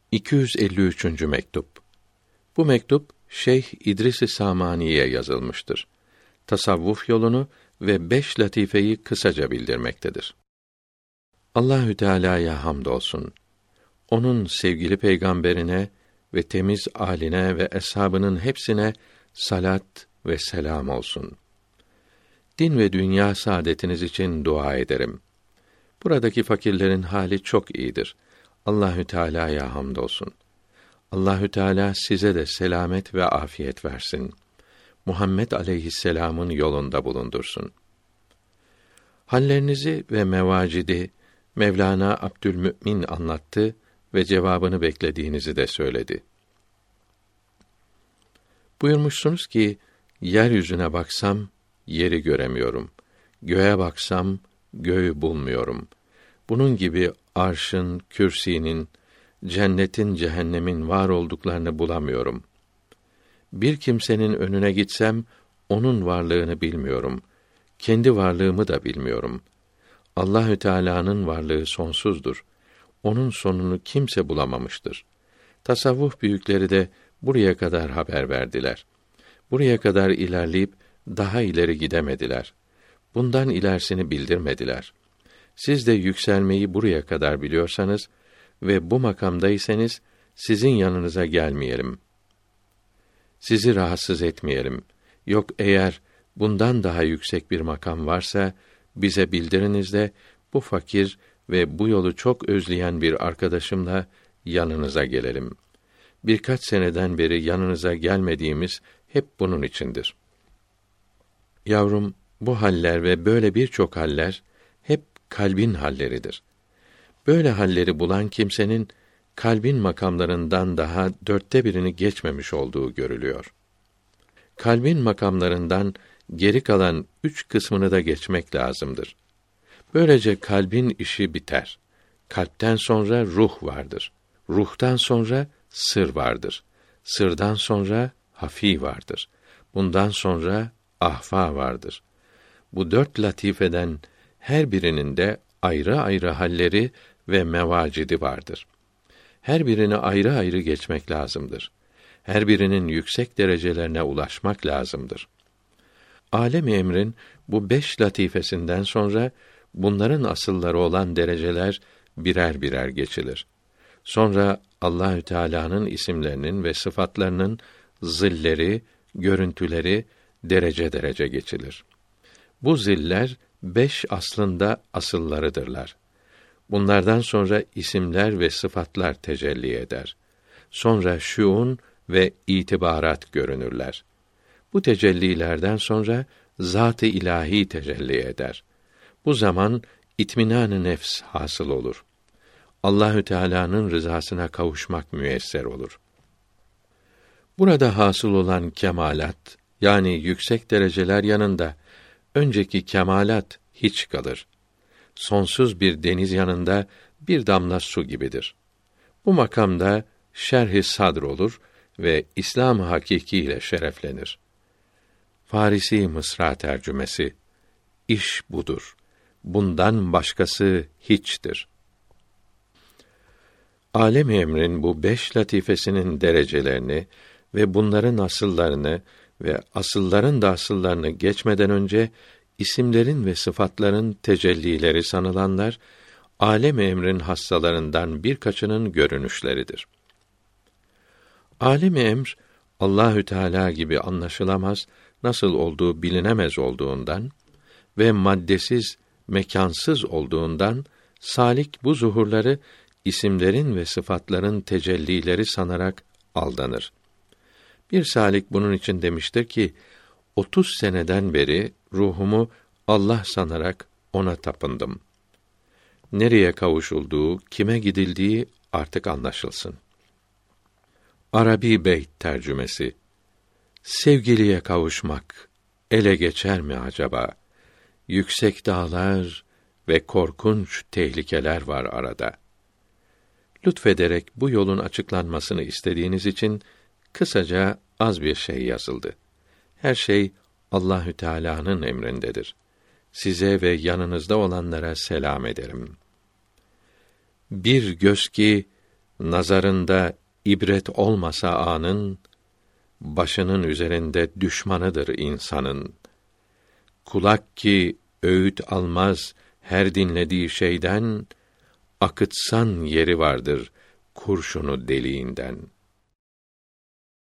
253. mektup. Bu mektup Şeyh İdris-i Samani'ye yazılmıştır. Tasavvuf yolunu ve 5 latifeyi kısaca bildirmektedir. Allahü Teala'ya hamdolsun. Onun sevgili peygamberine ve temiz âline ve eshabının hepsine salat ve selam olsun. Din ve dünya saadetiniz için dua ederim. Buradaki fakirlerin hali çok iyidir. Allahü Teala'ya hamdolsun. Allahü Teala size de selamet ve afiyet versin. Muhammed aleyhisselam'ın yolunda bulundursun. Hallerinizi ve mevacidi Mevlana Abdülmü'min anlattı ve cevabını beklediğinizi de söyledi. Buyurmuşsunuz ki, yeryüzüne baksam yeri göremiyorum. Göğe baksam göğü bulmuyorum. Bunun gibi arşın, kürsinin, cennetin, cehennemin var olduklarını bulamıyorum. Bir kimsenin önüne gitsem onun varlığını bilmiyorum. Kendi varlığımı da bilmiyorum. Allahü Teala'nın varlığı sonsuzdur. Onun sonunu kimse bulamamıştır. Tasavvuf büyükleri de buraya kadar haber verdiler. Buraya kadar ilerleyip daha ileri gidemediler. Bundan ilerisini bildirmediler. Siz de yükselmeyi buraya kadar biliyorsanız ve bu makamdaysanız sizin yanınıza gelmeyelim. Sizi rahatsız etmeyelim. Yok eğer bundan daha yüksek bir makam varsa bize bildiriniz de bu fakir ve bu yolu çok özleyen bir arkadaşımla yanınıza gelelim. Birkaç seneden beri yanınıza gelmediğimiz hep bunun içindir. Yavrum, bu haller ve böyle birçok haller hep kalbin halleridir. Böyle halleri bulan kimsenin kalbin makamlarından daha 1/4'ini geçmemiş olduğu görülüyor. Kalbin makamlarından geri kalan 3 kısmını da geçmek lazımdır. Böylece kalbin işi biter. Kalpten sonra ruh vardır. Ruhtan sonra sır vardır. Sırdan sonra hafi vardır. Bundan sonra ahfa vardır. Bu 4 latifeden her birinin de ayrı ayrı halleri ve mevacidi vardır. Her birini ayrı ayrı geçmek lazımdır. Her birinin yüksek derecelerine ulaşmak lazımdır. Alem-i emrin bu 5 latifesinden sonra bunların asılları olan dereceler birer birer geçilir. Sonra Allahü Teala'nın isimlerinin ve sıfatlarının zilleri, görüntüleri derece derece geçilir. Bu ziller 5 aslında asıllarıdırlar. Bunlardan sonra isimler ve sıfatlar tecelli eder. Sonra şuun ve itibarat görünürler. Bu tecellilerden sonra zat-ı ilahi tecelli eder. Bu zaman itminan-ı nefs hasıl olur. Allahü Teala'nın rızasına kavuşmak müyesser olur. Burada hasıl olan kemalat, yani yüksek dereceler yanında önceki kemalat hiç kalır. Sonsuz bir deniz yanında bir damla su gibidir. Bu makamda şerh-i sadr olur ve İslam-ı hakiki ile şereflenir. Farisi Mısra tercümesi: İş budur. Bundan başkası hiçtir. Alem-i emrin bu 5 latifesinin derecelerini ve bunların asıllarını ve asılların da asıllarını geçmeden önce isimlerin ve sıfatların tecellileri sanılanlar alem-i emrin hassalarından birkaçının görünüşleridir. Alem-i emr Allahü Teala gibi anlaşılamaz, nasıl olduğu bilinemez olduğundan ve maddesiz, mekansız olduğundan salik bu zuhurları isimlerin ve sıfatların tecellileri sanarak aldanır. Bir salik bunun için demiştir ki, 30 seneden beri ruhumu Allah sanarak ona tapındım. Nereye kavuşulduğu, kime gidildiği artık anlaşılsın. Arabi Beyt tercümesi: Sevgiliye kavuşmak ele geçer mi acaba? Yüksek dağlar ve korkunç tehlikeler var arada. Lütfederek bu yolun açıklanmasını istediğiniz için kısaca az bir şey yazıldı. Her şey Allahü Teala'nın emrindedir. Size ve yanınızda olanlara selam ederim. Bir göz ki Nazarında ibret olmasa anın, başının üzerinde düşmanıdır insanın. Kulak ki öğüt almaz her dinlediği şeyden, akıtsan yeri vardır kurşunu deliğinden.